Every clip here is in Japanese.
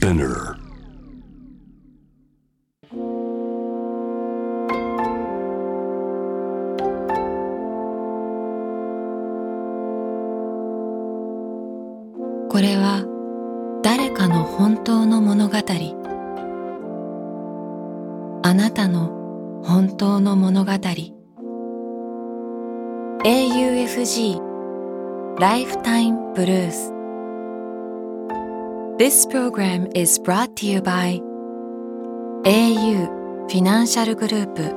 Spinner. これは誰かの本当の物語。あなたの本当の物語。AUFG Lifetime Blues. This program is brought to you by au フィナンシャルグループ。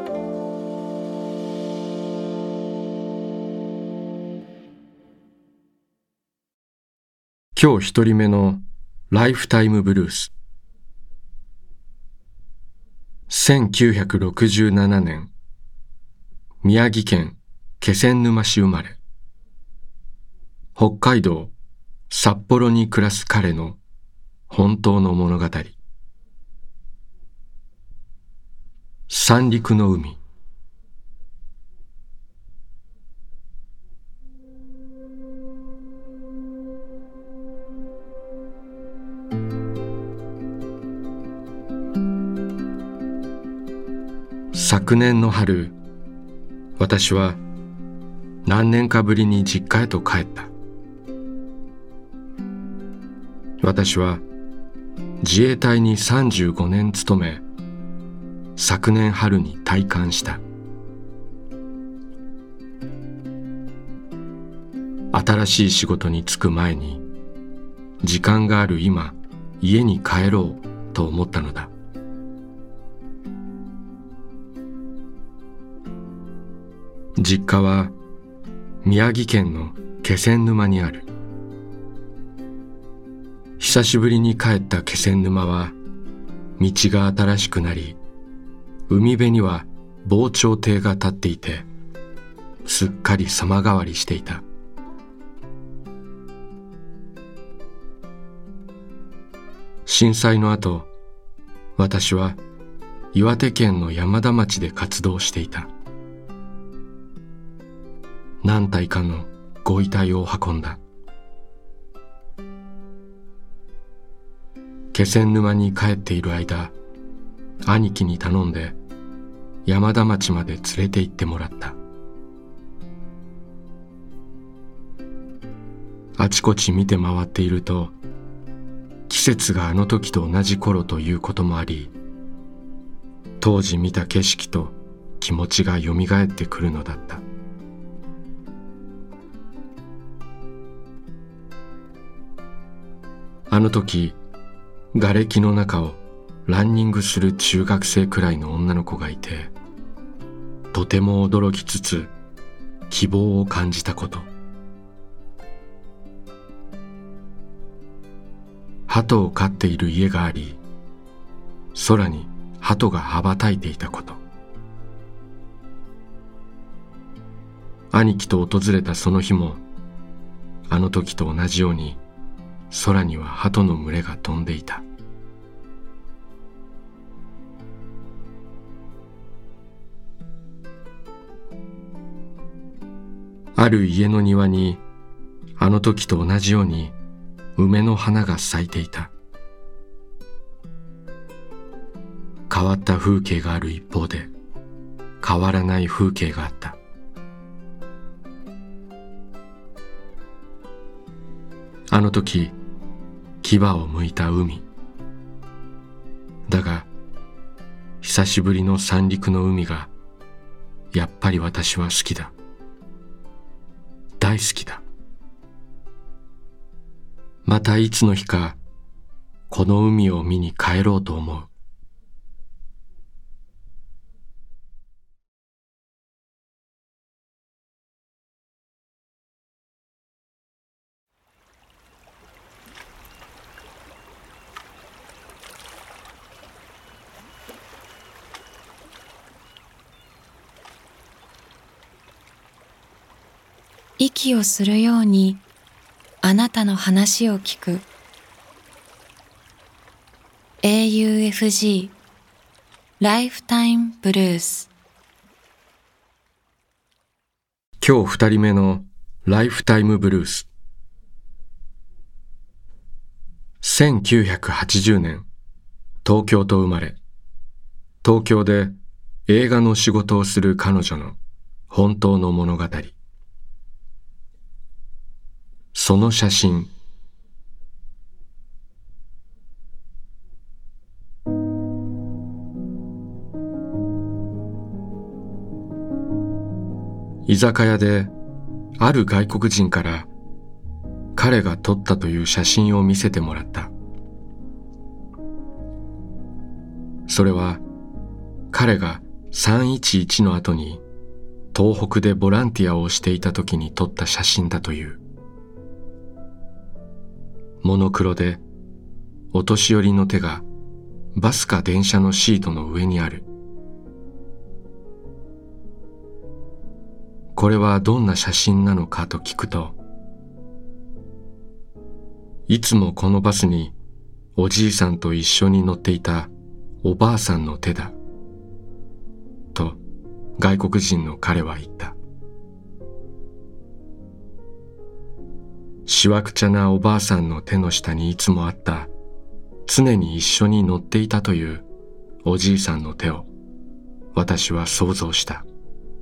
今日一人目のライフタイムブルース。1967年、宮城県気仙沼市生まれ。北海道札幌に暮らす彼の本当の物語。三陸の海。昨年の春、私は何年かぶりに実家へと帰った。私は自衛隊に35年勤め、昨年春に退官した。新しい仕事に就く前に、時間がある今、家に帰ろうと思ったのだ。実家は宮城県の気仙沼にある。久しぶりに帰った気仙沼は道が新しくなり、海辺には防潮堤が立っていて、すっかり様変わりしていた。震災の後、私は岩手県の山田町で活動していた。何体かのご遺体を運んだ。気仙沼に帰っている間、兄貴に頼んで山田町まで連れて行ってもらった。あちこち見て回っていると、季節があの時と同じ頃ということもあり、当時見た景色と気持ちがよみがえってくるのだった。あの時、瓦礫の中をランニングする中学生くらいの女の子がいて、とても驚きつつ希望を感じたこと。鳩を飼っている家があり、空に鳩が羽ばたいていたこと。兄貴と訪れたその日も、あの時と同じように空には鳩の群れが飛んでいた。ある家の庭に、あの時と同じように梅の花が咲いていた。変わった風景がある一方で、変わらない風景があった。あの時、牙をむいた海。だが、久しぶりの三陸の海が、やっぱり私は好きだ。大好きだ。またいつの日か、この海を見に帰ろうと思う。 息をするようにあなたの話を聞く。AUFG Lifetime Blues。 今日二人目のライフタイムブルース。 1980年、東京と生まれ、東京で映画の仕事をする彼女の本当の物語。その写真。居酒屋である外国人から彼が撮ったという写真を見せてもらった。それは彼が311の後に東北でボランティアをしていた時に撮った写真だという。モノクロでお年寄りの手がバスか電車のシートの上にある。これはどんな写真なのかと聞くと、いつもこのバスにおじいさんと一緒に乗っていたおばあさんの手だと外国人の彼は言った。しわくちゃなおばあさんの手の下にいつもあった、常に一緒に乗っていたというおじいさんの手を私は想像した。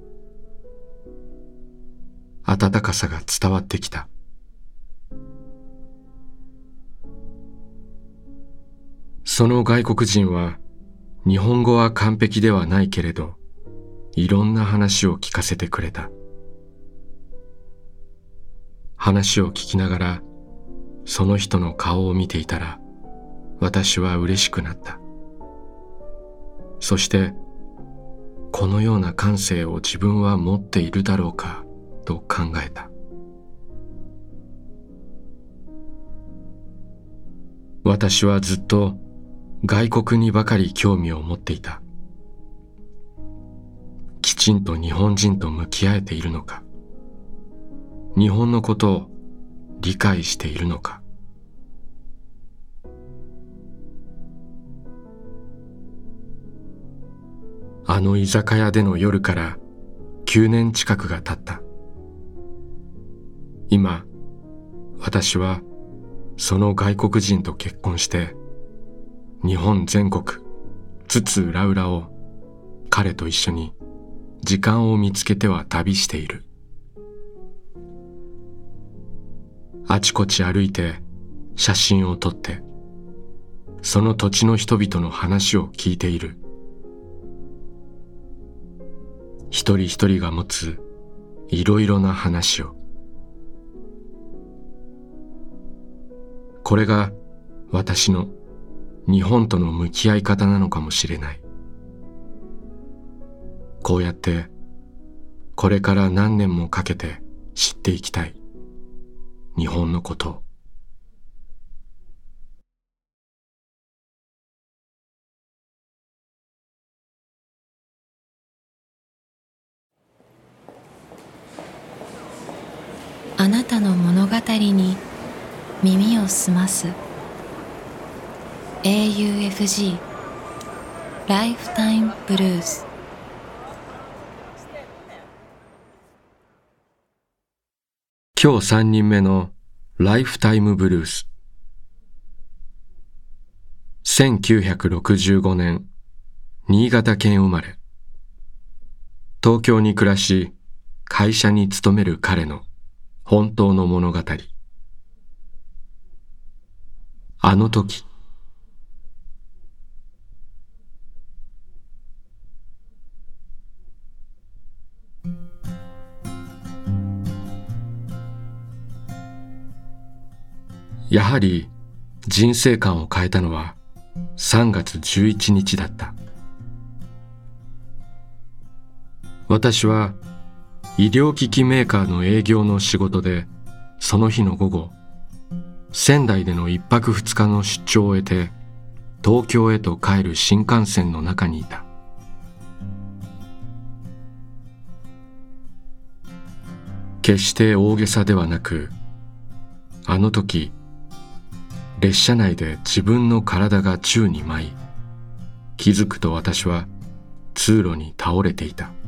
温かさが伝わってきた。その外国人は日本語は完璧ではないけれど、いろんな話を聞かせてくれた。話を聞きながらその人の顔を見ていたら、私は嬉しくなった。そしてこのような感性を自分は持っているだろうかと考えた。私はずっと外国にばかり興味を持っていた。きちんと日本人と向き合えているのか、日本のことを理解しているのか。あの居酒屋での夜から9年近くが経った。今、私はその外国人と結婚して日本全国津々浦々を彼と一緒に時間を見つけては旅している。あちこち歩いて写真を撮って、その土地の人々の話を聞いている。一人一人が持ついろいろな話を。これが私の日本との向き合い方なのかもしれない。こうやってこれから何年もかけて知っていきたい日本のことを。 あなたの物語に耳を澄ます。 AUFG ライフタイムブルース。 今日3人目のライフタイムブルース。1965年、新潟県生まれ。東京に暮らし、会社に勤める彼の本当の物語。あの時。やはり人生観を変えたのは3月11日だった。私は医療機器メーカーの営業の仕事で、その日の午後、仙台での1泊2日の出張を終えて東京へと帰る新幹線の中にいた。決して大げさではなく、あの時列車内で自分の体が宙に舞い、気づくと私は通路に倒れていた。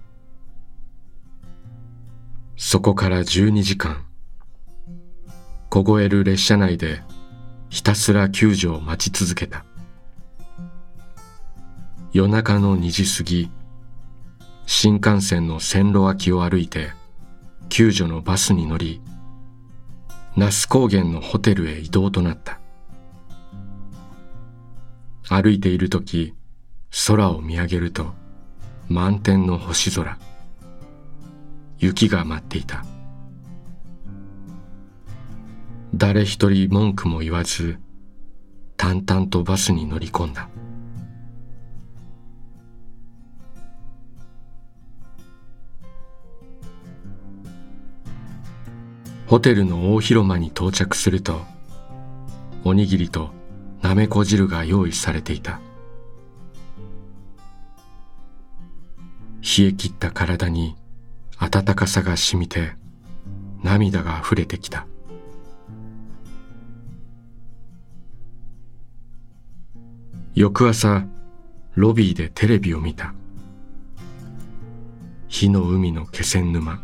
そこから12時間、 凍える列車内でひたすら救助を待ち続けた。夜中の2時過ぎ、新幹線の線路脇を歩いて救助のバスに乗り、那須高原のホテルへ移動となった。歩いているとき、空を見上げると満天の星空、雪が待っていた。誰一人文句も言わず、淡々とバスに乗り込んだ。ホテルの大広間に到着すると、おにぎりとなめこ汁が用意されていた。冷え切った体に温かさが染みて、涙があふれてきた。翌朝、ロビーでテレビを見た。火の海の気仙沼。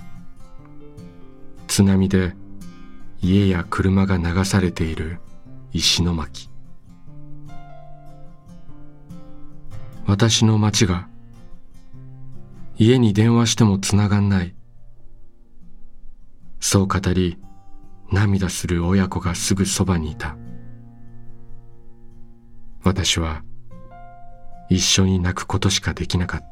津波で家や車が流されている石巻。私の町が、家に電話してもつながんない。そう語り、涙する親子がすぐそばにいた。私は一緒に泣くことしかできなかった。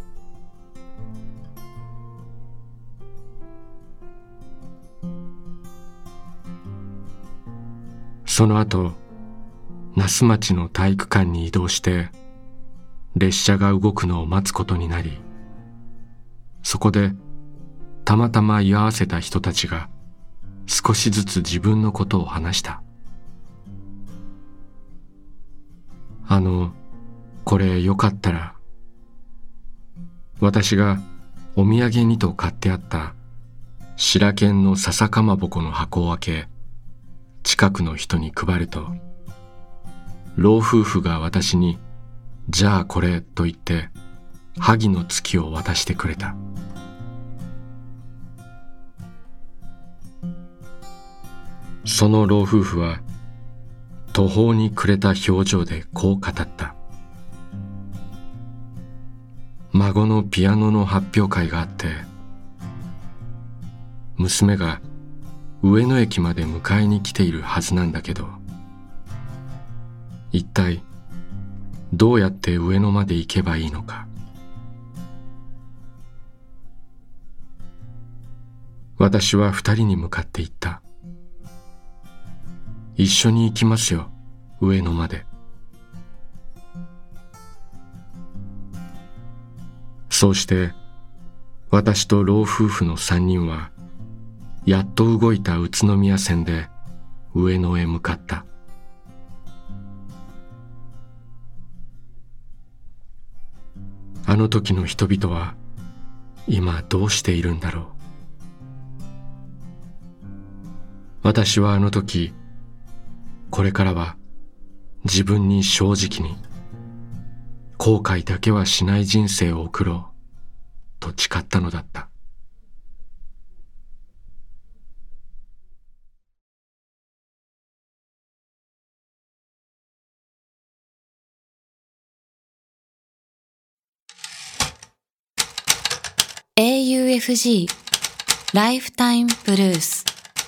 その後、那須町の体育館に移動して列車が動くのを待つことになり、そこでたまたま居合わせた人たちが少しずつ自分のことを話した。これよかったら、私がお土産にと買ってあった白犬の笹かまぼこの箱を開け、近くの人に配ると、老夫婦が私に、じゃあこれと言って、萩の月を渡してくれた。その老夫婦は、途方に暮れた表情でこう語った。孫のピアノの発表会があって、娘が上野駅まで迎えに来ているはずなんだけど、一体どうやって上野まで行けばいいのか。私は二人に向かって言った。一緒に行きますよ、上野まで。そうして私と老夫婦の三人はやっと動いた宇都宮線で上野へ向かった。あの時の人々は今どうしているんだろう。私はあの時、これからは自分に正直に、後悔だけはしない人生を送ろうと誓ったのだった。 AUFG ライフタイムブルース。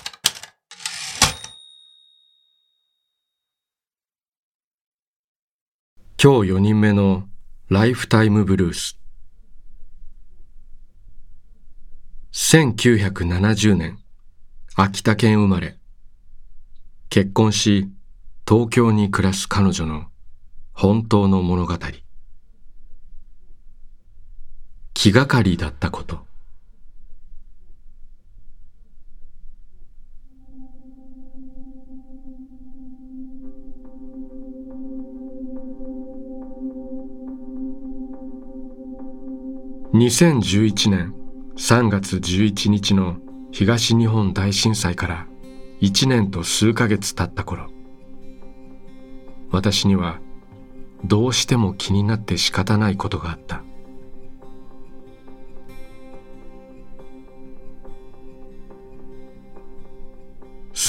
今日4人目のライフタイムブルース。1970年、秋田県生まれ。結婚し、東京に暮らす彼女の本当の物語。気がかりだったこと。2011年3月11日の東日本大震災から1年と数ヶ月経った頃、私にはどうしても気になって仕方ないことがあった。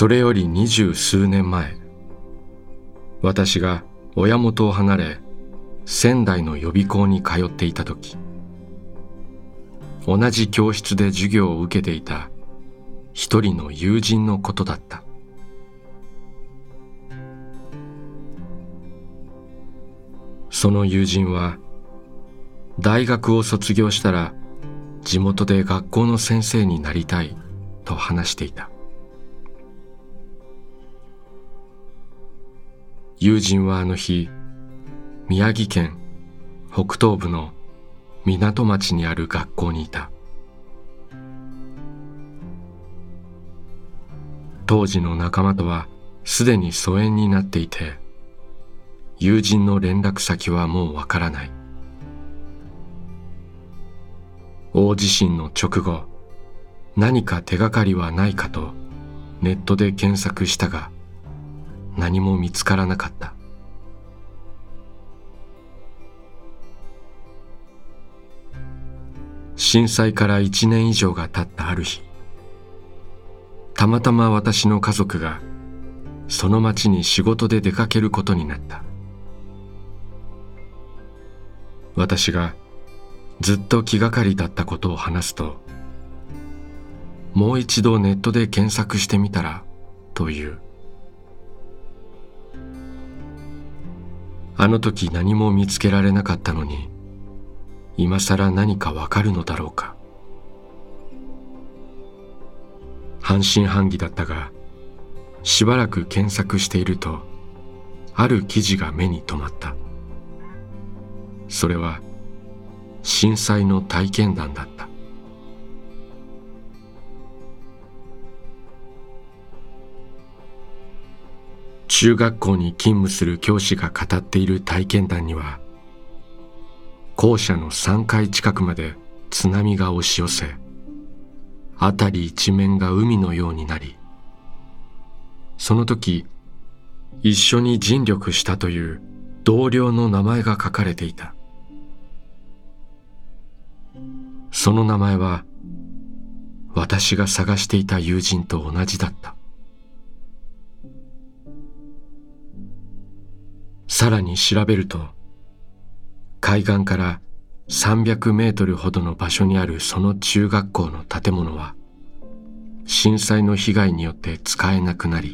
それより20数年前、私が親元を離れ仙台の予備校に通っていた時、同じ教室で授業を受けていた一人の友人のことだった。その友人は大学を卒業したら地元で学校の先生になりたいと話していた。友人はあの日、宮城県北東部の港町にある学校にいた。当時の仲間とはすでに疎遠になっていて、友人の連絡先はもうわからない。大地震の直後、何か手がかりはないかとネットで検索したが、何も見つからなかった。震災から1年以上が経ったある日、たまたま私の家族がその町に仕事で出かけることになった。私がずっと気がかりだったことを話すと、もう一度ネットで検索してみたらという。あの時何も見つけられなかったのに、今さら何かわかるのだろうか。半信半疑だったが、しばらく検索していると、ある記事が目に留まった。それは震災の体験談だった。中学校に勤務する教師が語っている体験談には、校舎の3階近くまで津波が押し寄せ、辺り一面が海のようになり、その時一緒に尽力したという同僚の名前が書かれていた。その名前は私が探していた友人と同じだった。さらに調べると、海岸から300メートルほどの場所にあるその中学校の建物は震災の被害によって使えなくなり、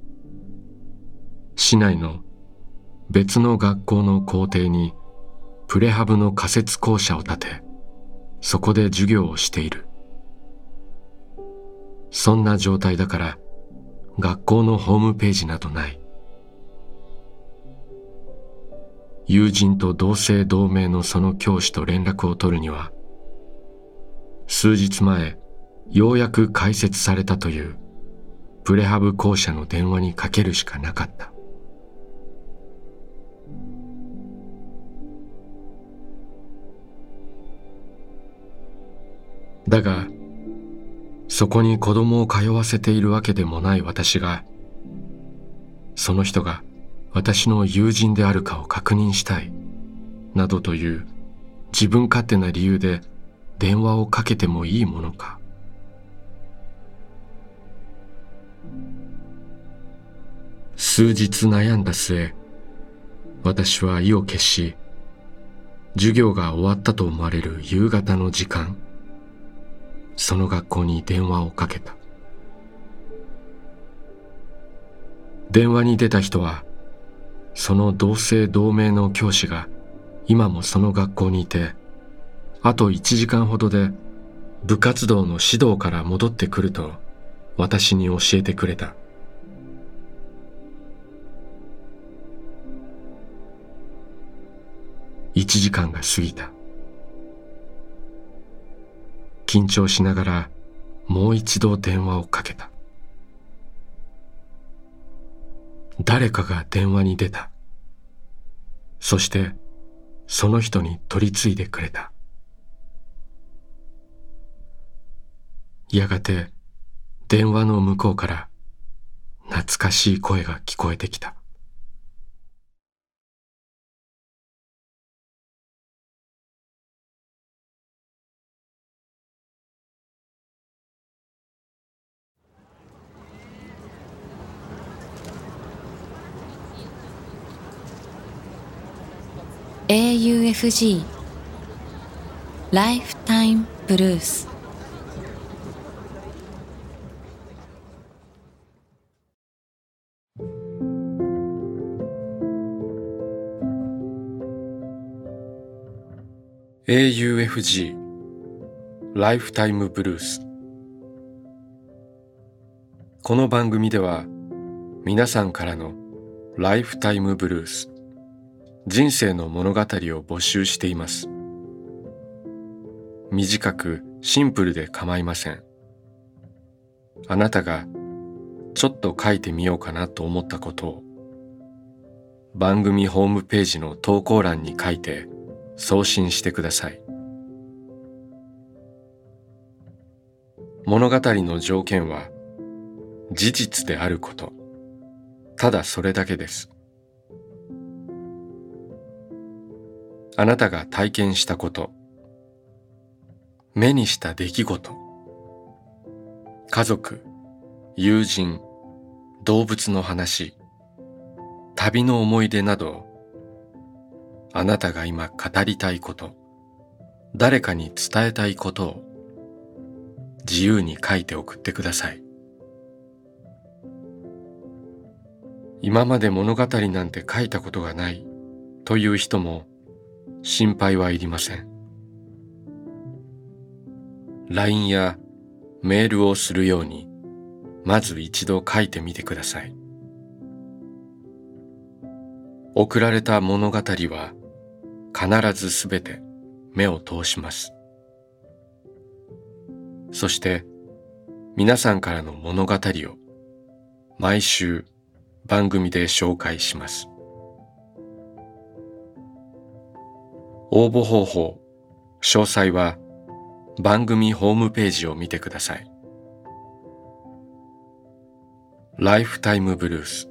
市内の別の学校の校庭にプレハブの仮設校舎を建て、そこで授業をしている。そんな状態だから学校のホームページなどない。友人と同姓同名のその教師と連絡を取るには、数日前ようやく開設されたというプレハブ校舎の電話にかけるしかなかった。だが、そこに子供を通わせているわけでもない私が、その人が私の友人であるかを確認したい、などという自分勝手な理由で電話をかけてもいいものか。数日悩んだ末、私は意を決し、授業が終わったと思われる夕方の時間、その学校に電話をかけた。電話に出た人は、その同姓同名の教師が今もその学校にいて、あと1時間ほどで部活動の指導から戻ってくると私に教えてくれた。1時間が過ぎた。緊張しながらもう一度電話をかけた。誰かが電話に出た。そしてその人に取り次いでくれた。やがて電話の向こうから懐かしい声が聞こえてきた。 AUFG Lifetime Blues。 AUFG ライフタイムブルース。この番組では皆さんからのライフタイムブルース、人生の物語を募集しています。短くシンプルで構いません。あなたがちょっと書いてみようかなと思ったことを番組ホームページの投稿欄に書いて送信してください。物語の条件は事実であること、ただそれだけです。あなたが体験したこと、目にした出来事、家族、友人、動物の話、旅の思い出など、あなたが今語りたいこと、誰かに伝えたいことを自由に書いて送ってください。今まで物語なんて書いたことがないという人も心配はいりません。LINE やメールをするようにまず一度書いてみてください。送られた物語は必ずすべて目を通します。そして皆さんからの物語を毎週番組で紹介します。応募方法、詳細は番組ホームページを見てください。ライフタイムブルース。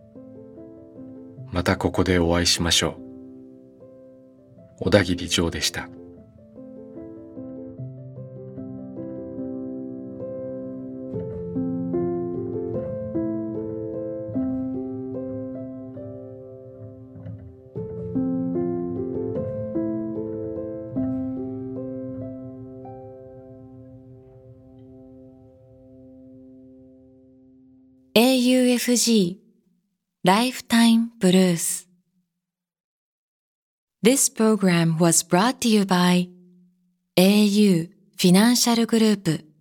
またここでお会いしましょう。小田切丈でした。 AUFG Lifetime Blues. This program was brought to you by AU Financial Group.